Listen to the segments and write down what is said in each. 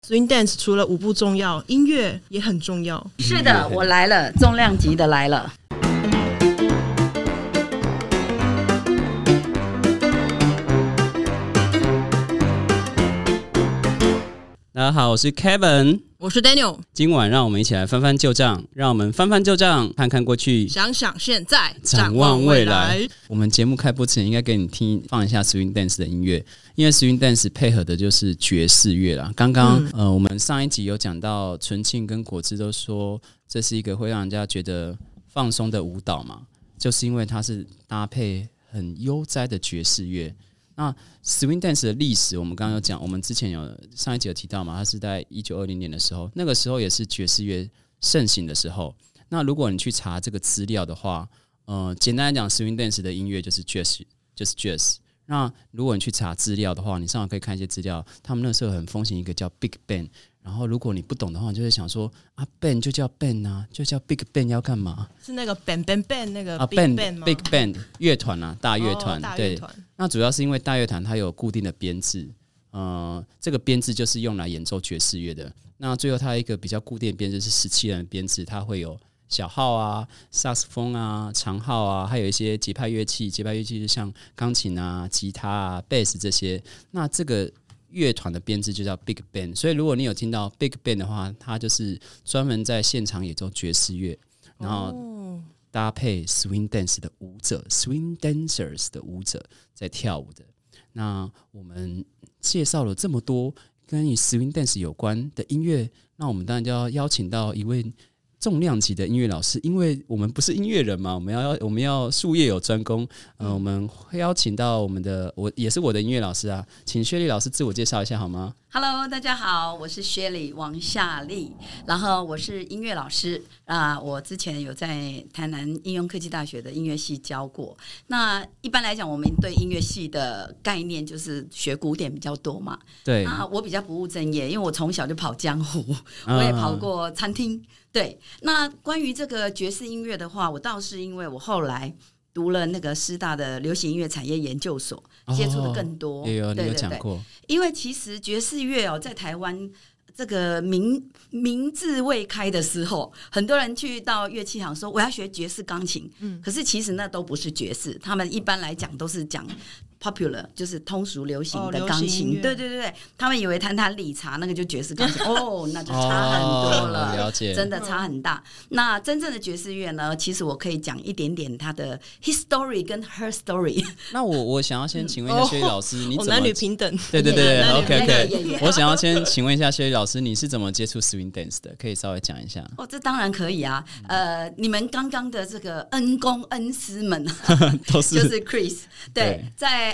Swing Dance 除了舞步重要，音乐也很重要。 是的，我来了，重量级的来了。 大家好，我是 Kevin， 我是 Daniel。 今晚让我们一起来翻翻旧账，让我们翻翻旧账，看看过去， 想想现在， 展望未来。我们节目开播之前，应该给你放一下 Swing Dance 的音乐，因为 Swing Dance 配合的就是爵士乐啦。刚刚我们上一集有讲到，纯庆跟果汁都说这是一个会让人家觉得放松的舞蹈嘛，就是因为它是搭配很悠哉的爵士乐。那 Swing Dance 的历史，我们刚刚有讲，我们之前有上一集有提到嘛，它是在1920年的时候，那个时候也是爵士乐盛行的时候。那如果你去查这个资料的话，简单来讲 ，Swing Dance 的音乐就是 Jazz。那如果你去查资料的话，你上网可以看一些资料，他们那时候很风行一个叫 Big Band。然后，如果你不懂的话，你就会想说啊 ，band 就叫 band 啊，就叫 big band 要干嘛？ 是那个 band 那个 big band 吗 ？big band 乐团啊，大乐团。 对， 那主要是因为大乐团它有固定的编制，这个编制就是用来演奏爵士乐的。那最后它有一个比较固定的编制是17人的编制，它会有小号啊、萨克斯风啊、长号啊，还有一些节拍乐器。节拍乐器就像钢琴啊、吉他啊、贝斯这些。那这个乐团的编制就叫 Big Band， 所以如果你有听到 Big Band 的话，它就是专门在现场演奏爵士乐，然后搭配 Swing Dance 的舞者 Swing Dancers 的舞者在跳舞的。那我们介绍了这么多跟与 Swing Dance 有关的音乐，那我们当然就要邀请到一位重量级的音乐老师，因为我们不是音乐人嘛，我们要术业有专攻。我们会邀请到我也是我的音乐老师啊，请薛丽老师自我介绍一下好吗？ Hello， 大家好，我是薛丽王夏丽，然后我是音乐老师啊，我之前有在台南应用科技大学的音乐系教过。那一般来讲，我们对音乐系的概念就是学古典比较多嘛。 对啊，我比较不务正业，因为我从小就跑江湖，我也跑过餐厅。对，那关于这个爵士音乐的话，我倒是因为我后来读了那个师大的流行音乐产业研究所，接触的更多。 也有，你有讲过。 因为其实爵士乐在台湾这个名字未开的时候，很多人去到乐器行说我要学爵士钢琴，可是其实那都不是爵士，他们一般来讲都是讲popular， 就是通俗流行的钢琴。对，他们以为弹弹理查那个就爵士钢琴那就差很多了， 了解， 真的差很大。那真正的爵士乐呢，其实我可以讲一点点它的 his story 跟 her story。 那我想要先请问一下薛丽老师，你怎么男女平等？ 对 OK， 我想要先请问一下薛丽老师，你是怎么接触 Swing Dance 的？可以稍微讲一下。 这当然可以啊。你们刚刚的这个恩公恩师们都是就是 Chris， 对，在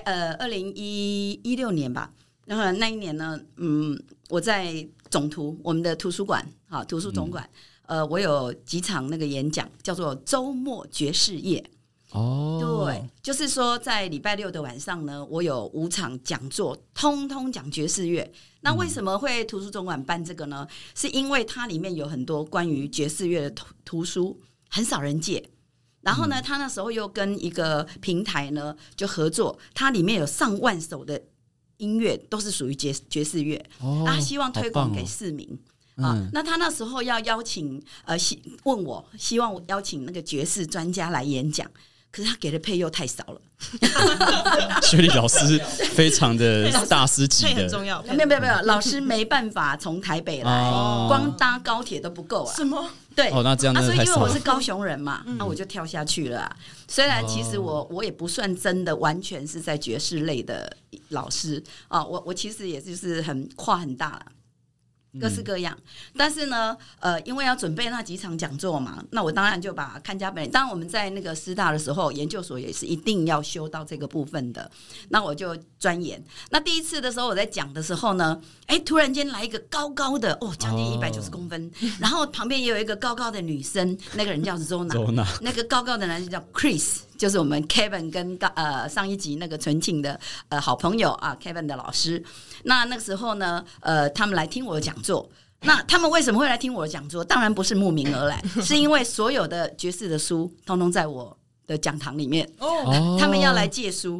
2016年吧，然后那一年呢，我在总图我们的图书馆，图书总馆，我有几场那个演讲，叫做周末爵士夜。对，就是说在礼拜六的晚上呢，我有5场讲座，通通讲爵士乐。那为什么会图书总馆办这个呢？是因为它里面有很多关于爵士乐的图书，很少人借。然后呢，他那时候又跟一个平台呢就合作，它里面有上万首的音乐都是属于爵士乐，他希望推广给市民。那他那时候要邀请问我希望我邀请那个爵士专家来演讲，可是他给的配又太少了。 薛丽老师非常的大师级的， 很重要。 没有，老师没办法从台北来，光搭高铁都不够啊。 什么？ 对， 那这样真的太少了。 所以因为我是高雄人嘛，那我就跳下去了。虽然其实我也不算真的完全是在爵士类的老师啊，我其实也就是跨很大了。各式各样，但是呢，因为要准备那几场讲座嘛，那我当然就把看家本领。当然我们在那个师大的时候，研究所也是一定要修到这个部分的，那我就钻研。那第一次的时候我在讲的时候呢，突然间来一个高高的将近190公分，然后旁边也有一个高高的女生，那个人叫 Zona， 那个高高的男生叫 Chris， 就是我们 Kevin 跟上一集那个纯庆的好朋友啊 Kevin 的老师。那个时候呢，他们来听我的讲座。那他们为什么会来听我的讲座？当然不是慕名而来，是因为所有的爵士的书通通在我的讲堂里面。他们要来借书，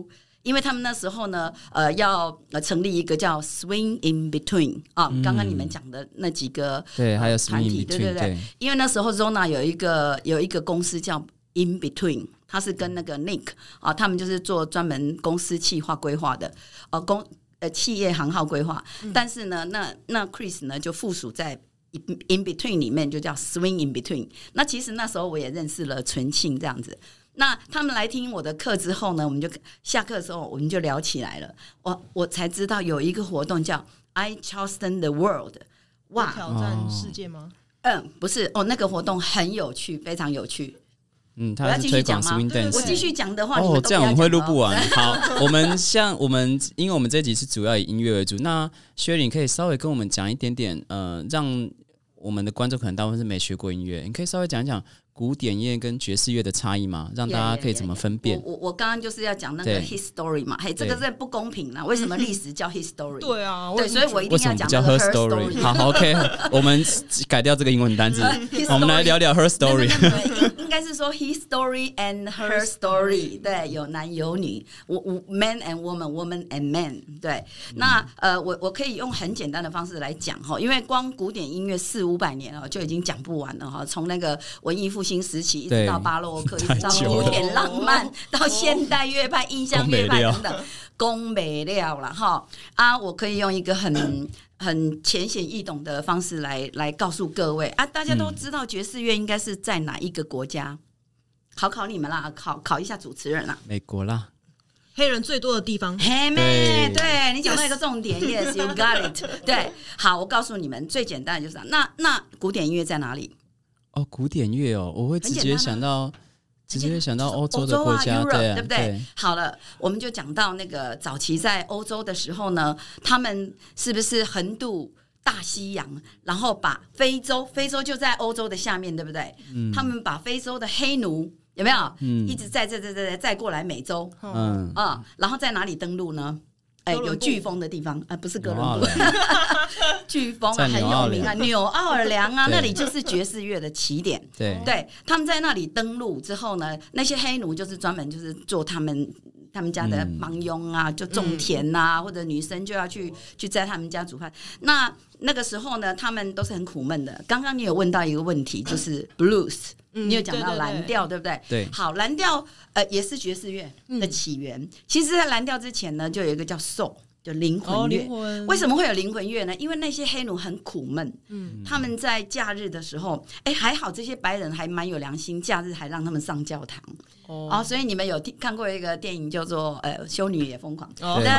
因为他们那时候呢，要成立一个叫 Swing in Between 啊，刚刚你们讲的那几个对，还有团 Swing 体， in 对 Between， 对对，因为那时候 Zona 有一个公司叫 In Between， 它是跟那个 Nick 啊，他们就是做专门公司企划规划的，企业行号规划，但是呢，那 Chris 呢就附属在 In Between 里面，就叫 Swing in Between。那其实那时候我也认识了纯庆这样子。那他们来听我的课之后呢，我们就下课的时候我们就聊起来了。我才知道有一个活动叫 I Charleston the World， 哇， 挑战世界吗？ 不是那个活动很有趣，非常有趣。 他是推广 swing dance。 我继续讲的话，你们都不要讲这样我们会录不完。好，我们因为我们这集是主要以音乐为主，那薛玲可以稍微跟我们讲一点点，让我们的观众可能大部分是没学过音乐，你可以稍微讲一讲古典乐跟爵士乐的差异吗？让大家可以怎么分辨？ 我刚刚就是要讲那个 history 嘛，这个是不公平啦。为什么历史叫 history？ 对啊， 对，所以我一定要讲那 her her story。 好 ，OK， 我们改掉这个英文单字，我们来聊聊 her story。 应该是说 his story and her story， 对，有男有女，man and woman and man， 对。那我可以用很简单的方式来讲哈，因为光古典音乐400-500年就已经讲不完了哈，从那个文艺复兴时期一直到巴洛克，一直到古典浪漫，到现代乐派、印象乐派等等，讲不了了哈。我可以用一个很浅显易懂的方式来告诉各位啊，大家都知道爵士乐应该是在哪一个国家？考你们啦，考一下主持人啦。 美国啦， 黑人最多的地方。 嘿妹，对你讲到一个重点 ，Yes you got it。对，好，我告诉你们，最简单的就是那古典音乐在哪里？ 古典乐我会直接想到欧洲的国家， 对不对？好了，我们就讲到那个早期在欧洲的时候呢，他们是不是横渡大西洋，然后把非洲就在欧洲的下面，对不对？他们把非洲的黑奴有没有？一直再过来美洲，然后在哪里登陆呢？有飓风的地方不是哥伦布，飓风很有名啊，纽奥尔良啊，那里就是爵士乐的起点。对，他们在那里登陆之后呢，那些黑奴就是专门就是做他们家的帮佣啊，就种田啊，或者女生就要去在他们家煮饭。那个时候呢，他们都是很苦闷的。刚刚你有问到一个问题，就是 blues。你有讲到蓝调，对不对？ 对。 好，蓝调也是爵士乐的起源。其实，在蓝调之前呢，就有一个叫 soul， 就灵魂乐。为什么会有灵魂乐呢？因为那些黑奴很苦闷，他们在假日的时候，还好这些白人还蛮有良心，假日还让他们上教堂。所以你们有看过一个电影叫做《修女也疯狂》。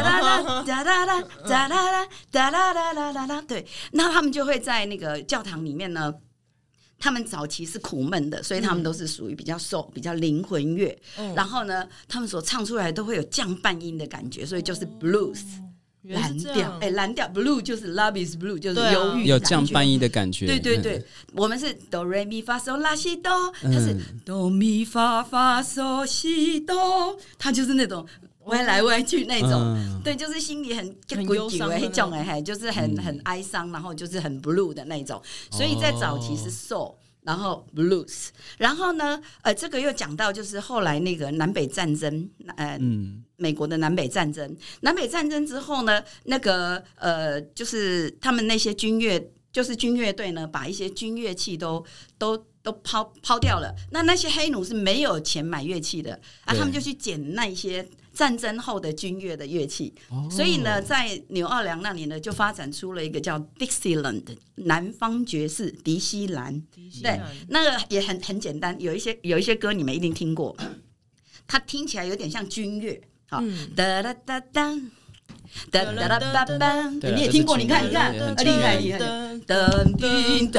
对，那他们就会在那个教堂里面呢。他们早期是苦闷的，所以他们都是属于比较soul、比较灵魂乐。然后呢，他们所唱出来都会有降半音的感觉，所以就是 blues。蓝调，蓝调 blue 就是 love is blue， 就是忧郁， 有降半音的感觉。 对，我们是哆来咪发嗦拉西哆，它是哆咪发发嗦西哆，它就是那种歪来歪去那种，对，就是心里很忧伤的那种，就是很哀伤，然后就是很 blue 的那种。所以在早期是 soul，然后 blues， 然后呢，这个又讲到就是后来那个南北战争，美国的南北战争之后呢，那个就是他们那些军乐队呢，把一些军乐器都抛掉了。那些黑奴是没有钱买乐器的他们就去捡那些战争后的军乐的乐器。所以呢，在纽奥良那里呢，就发展出了一个叫 Dixieland 南方爵士，迪西兰。对，那个也很简单，有一些歌你们一定听过，它听起来有点像军乐。好，哒哒哒哒。哒哒哒哒哒，你也听过？你看，厉害！噔噔噔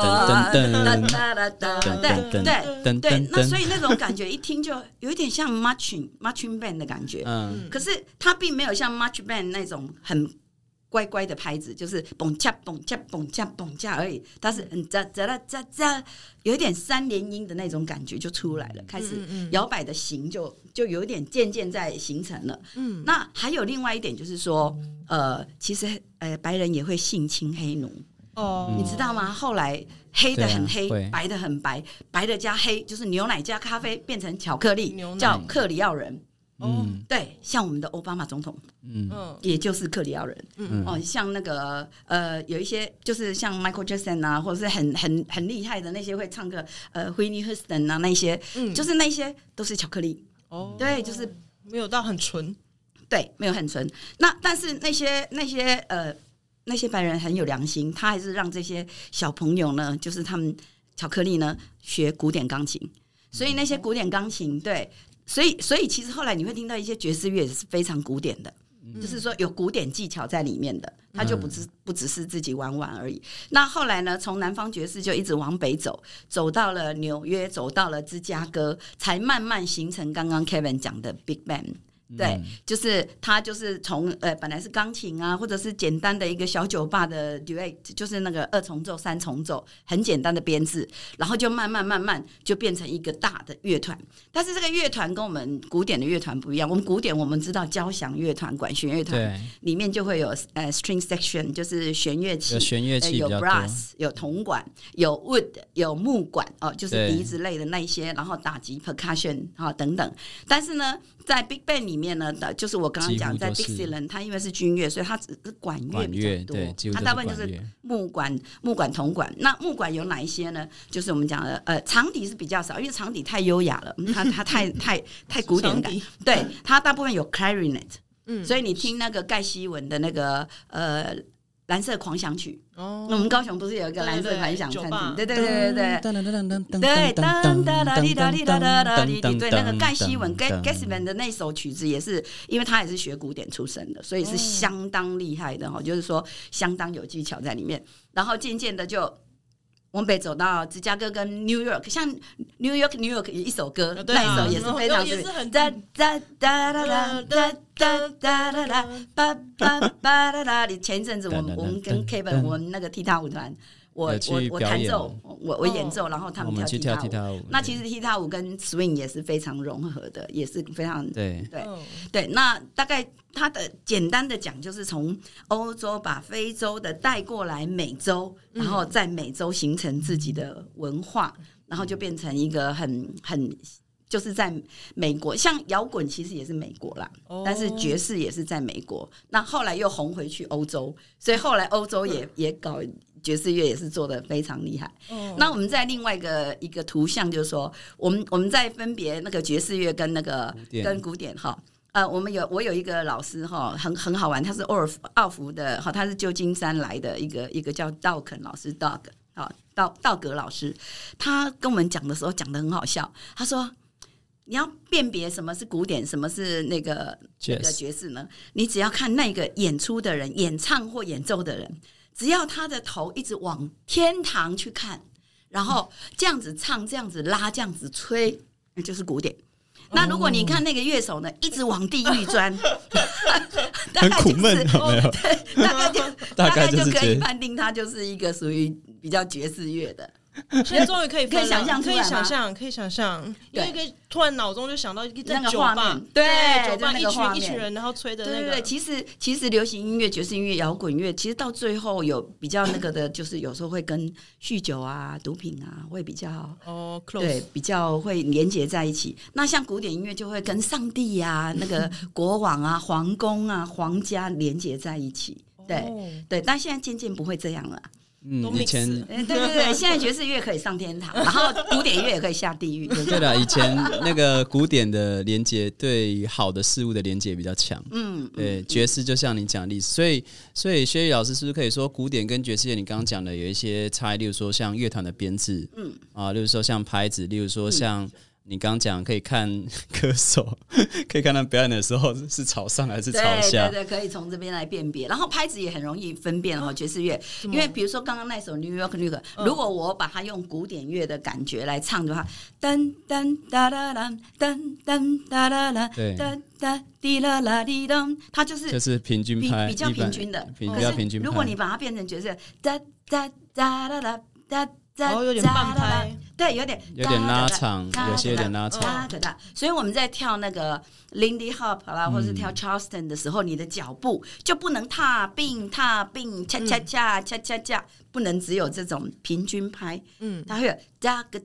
噔，对，那所以那种感觉一听就有一点像 marching band 的感觉，可是它并没有像 marching band 那种很乖乖的拍子，就是蹦恰蹦恰蹦恰蹦恰而已，它是喳喳啦喳喳，有一点3连音的那种感觉就出来了，开始摇摆的形就有一点渐渐在形成了。那还有另外一点就是说，其实白人也会性侵黑奴。你知道吗？后来黑的很黑，白的很白，白的加黑就是牛奶加咖啡变成巧克力，叫克里奥人。 对，像我们的奥巴马总统，也就是克里奥人，像那个有一些就是像 Michael Jackson 啊，或者是很厉害的那些会唱歌Whitney Houston 啊那些，就是那些都是巧克力，对，就是没有到很纯， 对，没有很纯。那但是那些白人很有良心，他还是让这些小朋友呢，就是他们巧克力呢学古典钢琴，所以那些古典钢琴，对，所以其实后来你会听到一些爵士乐也是非常古典的，就是说有古典技巧在里面的，他就不只是自己玩玩而已。那后来呢，从南方爵士就一直往北走到了纽约，走到了芝加哥，才慢慢形成刚刚 Kevin 讲的 Big Band。对，就是他就是从本来是钢琴啊，或者是简单的一个小酒吧的 duet， 就是那个2重奏、3重奏，很简单的编制，然后就慢慢就变成一个大的乐团。但是这个乐团跟我们古典的乐团不一样，我们古典我们知道交响乐团、管弦乐团里面就会有string section， 就是弦乐器， 有弦乐器， 有 brass， 有铜管，有 wood， 有木管就是笛子类的那些，然后打击 percussion 等等。但是呢，在 Big Band 里面呢，就是我刚刚讲，在 Dixieland， 它因为是军乐，所以它只是管乐比较多，它大部分就是木管、铜管。那木管有哪一些呢？就是我们讲的长笛是比较少，因为长笛太优雅了，它太古典感。对，它大部分有 clarinet，所以你听那个盖希文的那个蓝色狂想曲，我们高雄不是有一个蓝色狂想餐厅？对，那个盖希文 Gassman 的那首曲子也是，因为他也是学古典出身的，所以是相当厉害的，就是说相当有技巧在里面。然后渐渐的就往北走到芝加哥跟 New York， 像 New York 有一首歌，那一首也是非常也是很你前一阵子我们跟 Kevin 我们那个踢踏舞团，我弹奏，我演奏，然后他们跳踢踏舞。那其实踢踏舞跟 swing 也是非常融合的，也是非常对。那大概它的简单的讲，就是从欧洲把非洲的带过来美洲，然后在美洲形成自己的文化，然后就变成一个很就是在美国，像摇滚其实也是美国啦，但是爵士也是在美国。那后来又红回去欧洲，所以后来欧洲也搞爵士乐，也是做得非常厉害。那我们在另外一个图像，就是说，我们在分别那个爵士乐跟那个跟古典哈。我有一个老师哈，很好玩，他是奥福的哈，他是旧金山来的一个叫道肯老师 Doug 道格老师，他跟我们讲的时候讲得很好笑，他说，你要辨别什么是古典，什么是那个爵士呢？你只要看那个演出的人，演唱或演奏的人，只要他的头一直往天堂去看，然后这样子唱，这样子拉，这样子吹，那就是古典。那如果你看那个乐手呢，一直往地狱钻， 很苦闷， 大概就可以判定他就是一个属于比较爵士乐的。 现在终于可以想象出来吗？ 可以想象，因为可以突然脑中就想到在酒吧， 对，酒吧一群人然后吹的那个。 对，其实流行音乐、爵士音乐、摇滚乐，其实到最后有比较那个的，就是有时候会跟酗酒啊、毒品啊会比较对，比较会连结在一起。那像古典音乐就会跟上帝啊、那个国王啊、皇宫啊、皇家连结在一起。对，但现在渐渐不会这样了。 以前对，现在爵士乐可以上天堂，然后古典乐也可以下地狱。 对了，以前那个古典的连结对好的事物的连结比较强。对，爵士就像你讲的例子，所以薛宇老师是不是可以说古典跟爵士乐你刚刚讲的有一些差异，例如说像乐团的编制，例如说像拍子，例如说像你刚刚讲可以看歌手，可以看他表演的时候是朝上还是朝下， 对，可以从这边来辨别。然后拍子也很容易分辨爵士乐，因为比如说刚刚那首 New York New York， 如果我把它用古典乐的感觉来唱的话，噔噔哒啦啦，噔噔哒啦啦，噔哒滴啦啦滴咚，它就是平均拍， 比较平均的， 比较平均拍。 如果你把它变成爵士，哒哒哒啦啦哒。 有点半拍， 对，有点拉长，有些有点拉长。 所以我们在跳那个 Lindy Hop 啦，或是跳 Charleston 的时候，你的脚步就不能踏并恰恰恰恰恰恰恰，不能只有这种平均拍。它会有哒个哒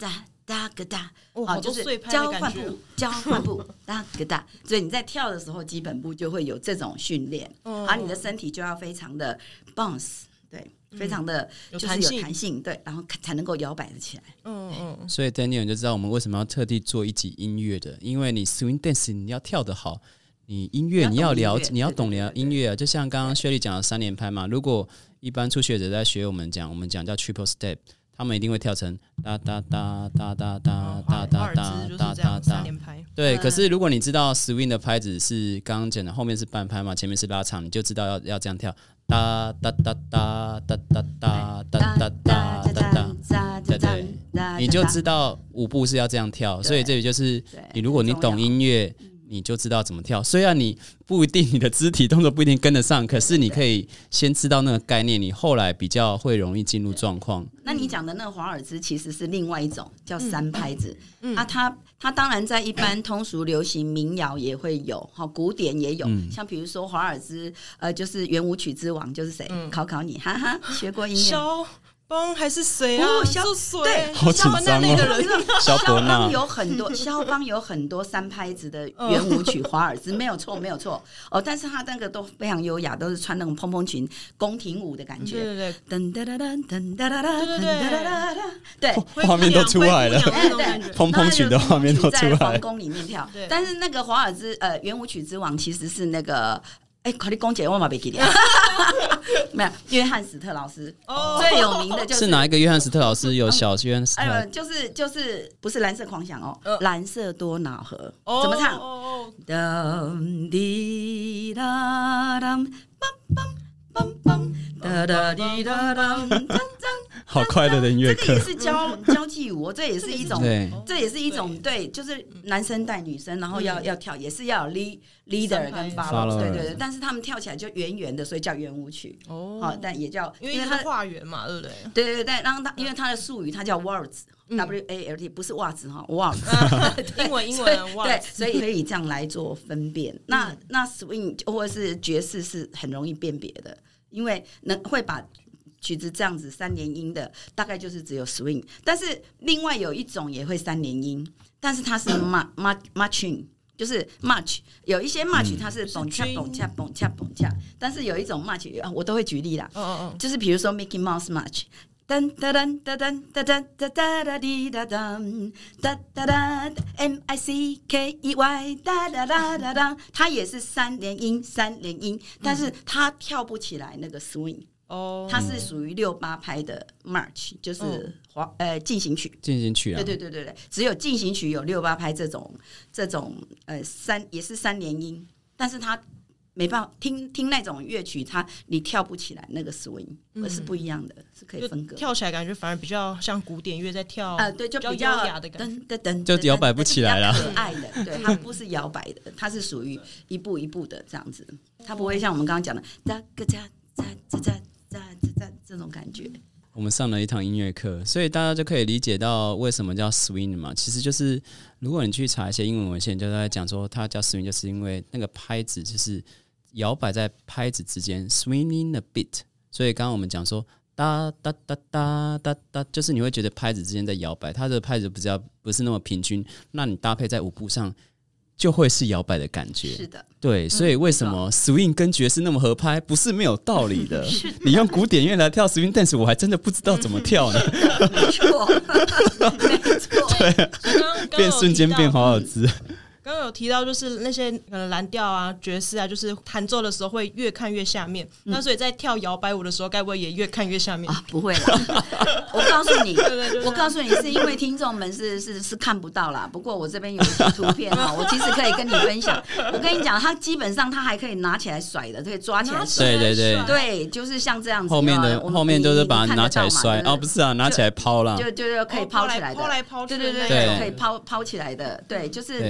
哒个哒， 好就是多碎拍交换的感觉步，交换步，哒个哒。所以你在跳的时候，基本步就会有这种训练，而你的身体就要非常的 bounce， 对，非常的就是有弹性，对，然后才能够摇摆得起来。 所以 Daniel 你就知道我们为什么要特地做一集音乐的，因为你 swing dance 你要跳得好，你音乐你要了解，你要懂音乐啊。就像刚刚薛丽讲的3连拍嘛，如果一般初学者在学我们讲叫 triple step， 他们一定会跳成哒哒哒哒哒哒哒哒哒哒哒。对，可是如果你知道 swing 的拍子是刚刚讲的，后面是半拍嘛，前面是拉长，你就知道要这样跳，哒哒哒哒哒哒哒哒哒哒哒，对对，你就知道舞步是要这样跳。所以这里就是你，如果你懂音乐，你就知道怎么跳。虽然你不一定你的肢体动作不一定跟得上，可是你可以先知道那个概念，你后来比较会容易进入状况。 那你讲的那个华尔兹其实是另外一种叫3拍子，它当然在一般通俗流行民谣也会有，古典也有，像比如说华尔兹，就是圆舞曲之王就是谁？考考你，哈哈，学过音乐。 邦还是谁啊？ 对， 好紧张哦。肖邦有很多，肖邦有很多3拍子的圆舞曲，华尔兹没有错，没有错哦。但是他那个都非常优雅，都是穿那种蓬蓬裙、宫廷舞的感觉。 对对对，噔噔噔噔噔噔噔，对， 画面都出来了，蓬蓬裙的画面都出来了。 在皇宫里面跳，但是那个华尔兹圆舞曲之王其实是那个。考虑公姐我嘛没记得，没有约翰史特劳斯最有名的就是哪一个约翰史特劳斯？有小约翰史特， 就是不是蓝色狂想蓝色多瑙河怎么唱？噔滴哒当梆梆梆梆哒哒滴哒当当当。 好快乐的音乐课， 这个也是交际舞，这也是一种，这也是一种对，就是男生带女生，然后要跳，也是要有 leader 跟 follow， 对对对，但是他们跳起来就圆圆的，所以叫圆舞曲但也叫因为它画圆嘛，对不对？ 对对对，然后因为它的术语它叫 waltz，WALT 不是袜子waltz， 英文对，所以可以这样来做分辨。那 swing 或者是爵士是很容易辨别的，因为会把曲子这样子3连音的，大概就是只有 swing， 但是另外有一种也会3连音，但是它是 marching， 就是 march， 有一些 march 它是蹦恰蹦恰蹦恰蹦恰，但是有一种 march 我都会举例啦，就是比如说 Mickey Mouse March。噔噔噔噔噔噔噔噔哒哒滴哒噔哒哒哒 MICKEY 哒哒哒哒哒，它也是3连音，但是它跳不起来那个 swing。它是属于6/8拍的 march， 就是进行曲。对对对对对，只有进行曲有6/8拍这种也是3连音，但是它没办法听那种乐曲，你跳不起来那个 swing，是不一样的，是可以分割。 跳起来感觉反而比较像古典乐在跳， 对，就比较优雅的感觉， 噔就摇摆不起来了， 可爱的，对，它不是摇摆的，它是属于一步一步的这样子，它不会像我们刚刚讲的哒个哒哒哒哒哒这种感觉。 我们上了一堂音乐课，所以大家就可以理解到为什么叫 swing 嘛。其实就是如果你去查一些英文文献，就在讲说它叫 swing， 就是因为那个拍子就是摇摆在拍子之间 ，swinging the beat。所以刚刚我们讲说哒哒哒哒哒哒，就是你会觉得拍子之间在摇摆，它的拍子不是那么平均，那你搭配在舞步上就会是摇摆的感觉。 是的， 对，所以为什么 swing 跟爵士那么合拍，不是没有道理的。你用古典乐来跳 swing dance， 我还真的不知道怎么跳呢。 没错，没错， 对，变瞬间变华尔兹。 刚刚有提到，就是那些可能蓝调啊、爵士啊，就是弹奏的时候会越看越下面。那所以在跳摇摆舞的时候，该不会也越看越下面啊？不会啦，我告诉你，我告诉你，是因为听众们是看不到啦。不过我这边有一些图片我其实可以跟你分享。我跟你讲，它基本上它还可以拿起来甩的，可以抓起来甩。 对对对对，就是像这样子。 后面就是把它拿起来摔不是啊，拿起来抛啦， 就可以抛起来的， 抛来抛去， 对，可以抛起来的，对，就是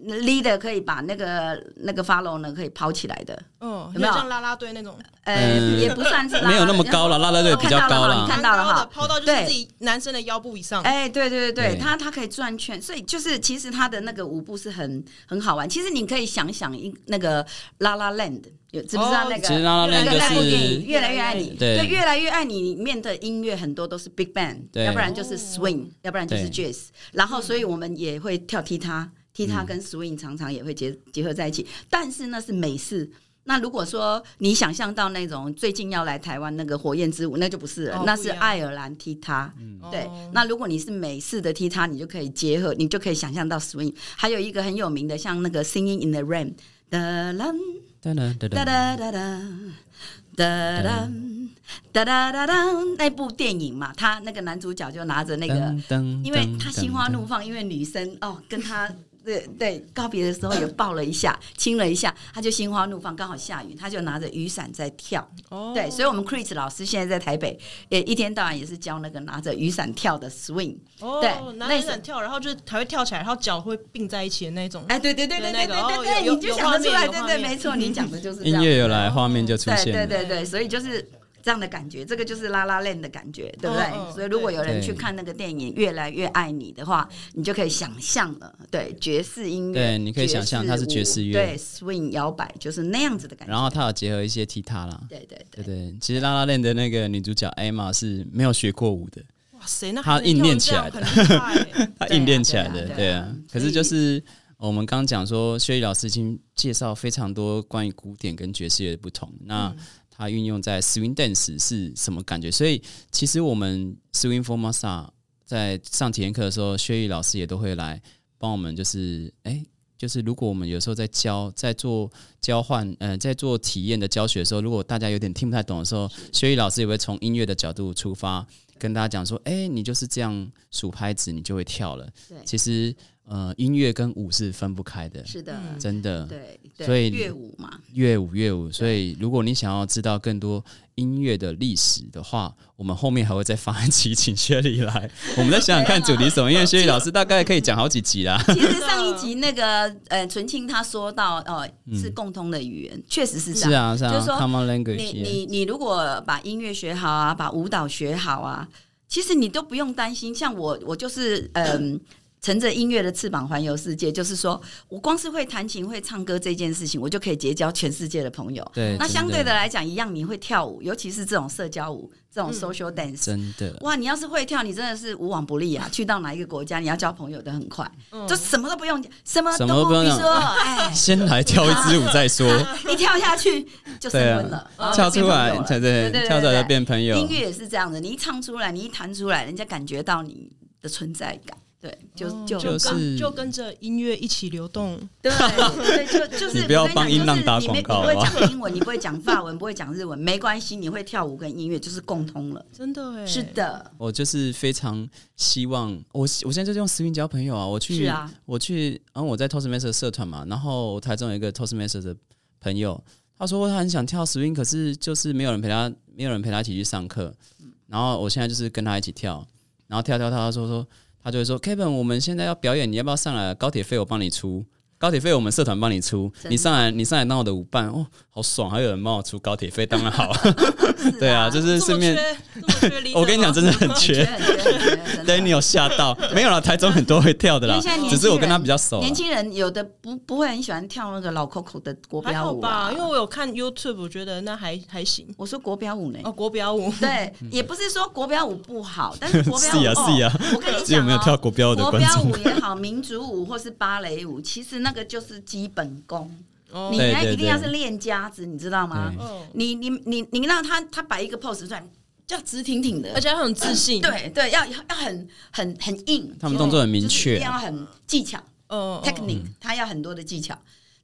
leader 可以把那个 follow 呢可以抛起来的， 有没有像啦啦队那种？ 也不算是啦啦队， 没有那么高了，啦啦队比较高了， 看到了哈， 抛到就是自己男生的腰部以上。 对，他可以转圈，所以就是其实他的那个舞步是很好玩。其实你可以想想那个 La La Land。知不知道那个？ 其实 La La Land 就是电影《越来越爱你》。 对， 越来越爱你里面的音乐很多都是 Big Band， 要不然就是 Swing， 要不然就是 Jazz。然后，所以我们也会跳踢踏跟 Swing 常常也会结合在一起。但是那是美式。那如果说你想象到那种最近要来台湾那个火焰之舞，那就不是了，那是爱尔兰踢踏。对，那如果你是美式的踢踏，你就可以结合，你就可以想象到 Swing。还有一个很有名的，像那个 Singing in the Rain， 哒啦哒哒哒哒哒哒哒哒哒哒，那部电影嘛，他那个男主角就拿着那个，因为他心花怒放，因为女生跟他对告别的时候也抱了一下，亲了一下，他就心花怒放，刚好下雨，他就拿着雨伞在跳。对，所以我们 Chris 老师现在在台北，也一天到晚也是教那个拿着雨伞跳的 swing。对， 拿着雨伞跳，然后就是还会跳起来，然后脚会并在一起的那种。 对，你就想得出来，对，没错，你讲的就是这样。 音乐有来，画面就出现了。 对，所以就是这样的感觉，这个就是La La Land的感觉，对不对？所以如果有人去看那个电影《越来越爱你》的话，你就可以想象了，对，爵士音乐， 对，你可以想象它是爵士乐， 对 ，swing 摇摆就是那样子的感觉。 然后它有结合一些踢踏啦， 对。 其实La La Land的那个女主角 Emma 是没有学过舞的， 哇塞，那她硬练起来的，她硬练起来的，对啊。可是就是我们刚讲说，薛逸老师已经介绍非常多关于古典跟爵士乐的不同，那它运用在 swing dance 是什么感觉？所以其实我们 Swing for Massa 在上体验课的时候，薛逸老师也都会来帮我们，就是如果我们有时候在做交换，在做体验的教学的时候，如果大家有点听不太懂的时候，薛逸老师也会从音乐的角度出发，跟大家讲说，你就是这样数拍子，你就会跳了。其实音乐跟舞是分不开的，是的，真的。对，所以乐舞嘛， 乐舞。所以如果你想要知道更多音乐的历史的话，我们后面还会再放一期请薛丽来，我们再想想看主题什么，因为薛丽老师大概可以讲好几集啦。 其实上一集那个纯庆他说到是共通的语言，确实是这样， 是啊， 就是说 common language。 你如果把音乐学好啊，把舞蹈学好啊，其实你都不用担心。像我就是乘着音乐的翅膀环游世界，就是说我光是会弹琴会唱歌这件事情，我就可以结交全世界的朋友。 对， 那相对的来讲一样，你会跳舞，尤其是这种社交舞，这种 social dance， 真的哇，你要是会跳，你真的是无往不利啊！去到哪一个国家，你要交朋友的很快，就什么都不用讲，什么都不用说， 先来跳一支舞再说， 一跳下去就升温了， 跳出来，对，跳出来就变朋友。 音乐也是这样的，你一唱出来，你一弹出来，人家感觉到你的存在感。对， 就跟着音乐一起流动。 对，就是你不要帮音浪打广告， 你不会讲英文，你不会讲法文，不会讲日文，没关系，你会跳舞跟音乐就是共通了。 真的哎， 是的。 我就是非常希望，我现在就是用 Swing 交朋友啊。我去，然后我在 Toastmaster 社团嘛，然后台中有一个 Toastmaster 的朋友，他说他很想跳 Swing， 可是就是没有人陪他一起去上课。然后我现在就是跟他一起跳，然后跳，他就会说 Kevin 我们现在要表演，你要不要上来？高铁费我帮你出，高铁费我们社团帮你出，你上来当我的舞伴哦，好爽，还有人帮我出高铁费，当然好。对啊，就是顺便我跟你讲真的很缺对，你有吓到没有啦？台中很多会跳的啦，只是我跟他比较熟。 年轻人有的不会很喜欢跳那个老 Coco 的国标舞， 还好吧？因为我有看 YouTube， 我觉得那还行。 我说国标舞呢？ 国标舞对，也不是说国标舞不好，但是国标舞是啊， 我跟你讲只有没有跳国标舞的观众， 国标舞也好，民族舞或是芭蕾舞，其实那个就是基本功。你一定要是练家子，你知道吗？你让他摆一个 pose 出来，就要直挺挺的， 而且要很自信。 对，要很硬， 他们动作很明确， 一定要很技巧。technique， 他要很多的技巧。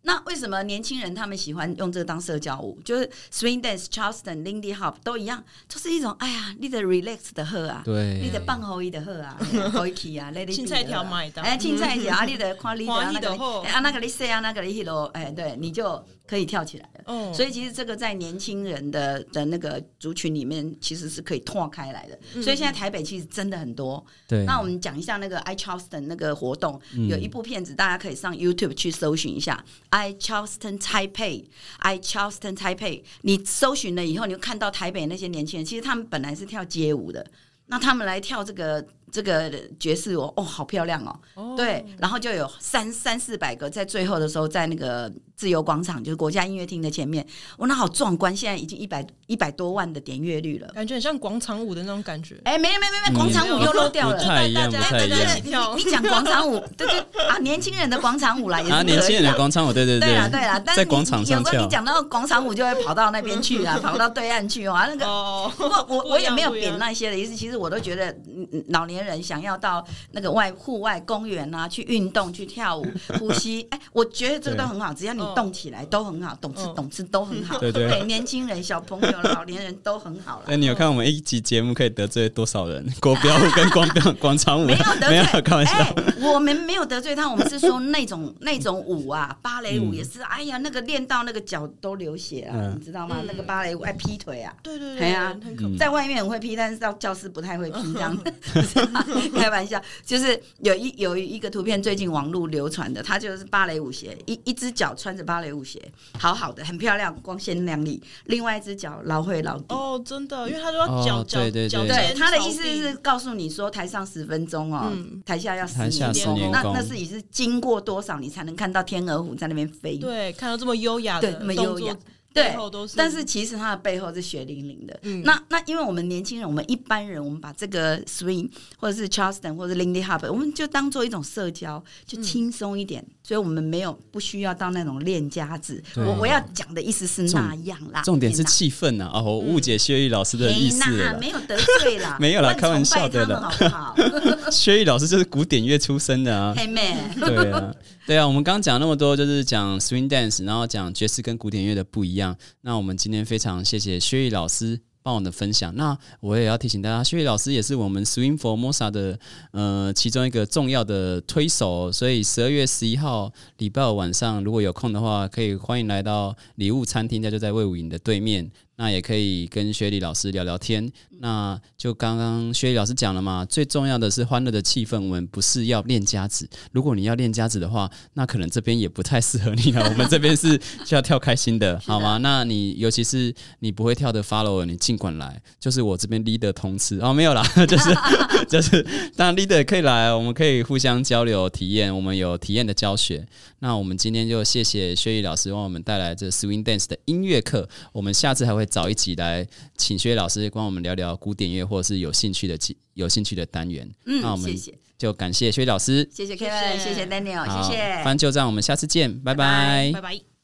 那为什么年轻人他们喜欢用这个当社交舞？就是 swing dance、Charleston、Lindy Hop 都一样，就是一种哎呀，你的 relax 的喝啊， 对， 你的放后一的喝啊，后一起啊， 青菜条买的， 青菜条啊，你的看你的那个那个你say啊，那个你 hit 对，你就可以跳起来了。所以其实这个在年轻人的那个族群里面，其实是可以拓开来的。所以现在台北其实真的很多。 对， 那我们讲一下那个 I Charleston 那个活动，有一部片子，大家可以上 YouTube 去搜寻一下 I Charleston Taipei。I Charleston Taipei， 你搜寻了以后，你就看到台北那些年轻人，其实他们本来是跳街舞的，那他们来跳这个爵士舞，好漂亮哦。对，然后就有300-400个，在最后的时候，在那个自由广场，就是国家音乐厅的前面，那好壮观！现在已经100多万的点阅率了， 感觉很像广场舞的那种感觉。 没，广场舞又漏掉了， 不太一样，不太一样。你讲广场舞，对啊，年轻人的广场舞啦，也是年轻人的广场舞，对啦。但是在广场上跳， 有时候你讲到广场舞，就会跑到那边去啊，跑到对岸去那个。我也没有贬那些的意思，其实我都觉得老年人想要到那个户外公园啊，去运动、去跳舞、呼吸，我觉得这个都很好，只要你动起来都很好，懂吃都很好。对，年轻人、小朋友、老年人都很好了。 你有看我们一集节目可以得罪多少人？国标舞跟广场舞没有得罪， 没有开玩笑。 我们没有得罪他，我们是说那种舞啊，芭蕾舞也是，哎呀，那个练到那个脚都流血啊，你知道吗？那个芭蕾舞劈腿啊， 对， 在外面很会劈，但是到教室不太会劈，这样开玩笑。就是有一个图片，最近网络流传的，它就是芭蕾舞鞋，一只脚穿着芭蕾舞鞋，好好的，很漂亮，光鲜亮丽；另外一只脚老会老底。 真的，因为他说脚对， 他的意思是告诉你说，台上10分钟台下要10年功。那是也是经过多少，你才能看到天鹅湖在那边飞？ 对，看到这么优雅的动作。 对，但是其实它的背后是血淋淋的。那因为我们年轻人，我们一般人，我们把这个 swing 或者是 Charleston 或者 Lindy Hop， 我们就当做一种社交，就轻松一点。所以我们不需要到那种练家子。我要讲的意思是那样啦。 重点是气氛啊！我误解薛玉老师的意思了。 没有得罪啦， 没有啦，开玩笑的啦， 好不好？ 薛玉老师就是古典乐出身的啊。对啊，我们刚刚讲那么多，就是讲 swing dance， 然后讲爵士跟古典乐的不一样。那我们今天非常谢谢薛玉老师帮我们的分享。那我也要提醒大家，薛玉老师也是我们 Swing Formosa 的其中一个重要的推手，所以12月11号礼拜五晚上，如果有空的话，可以欢迎来到礼物餐厅，就在卫武营的对面。那也可以跟薛丽老师聊聊天。那就刚刚薛丽老师讲了嘛，最重要的是欢乐的气氛。我们不是要练家子，如果你要练家子的话，那可能这边也不太适合你了。我们这边是需要跳开心的，好吗？那你尤其是你不会跳的 follower， 你尽管来，就是我这边 leader 同吃没有啦，就是当然 leader 可以来，我们可以互相交流体验，我们有体验的教学。那我们今天就谢谢薛丽老师为我们带来这 Swing Dance 的音乐课，我们下次还会找一集来请薛丽老师跟我们聊聊古典乐或者是有兴趣的单元。那我们就感谢薛丽老师， 谢谢 Kevin， 谢谢 Daniel， 谢谢。 翻旧账，我们下次见，拜拜， 拜拜。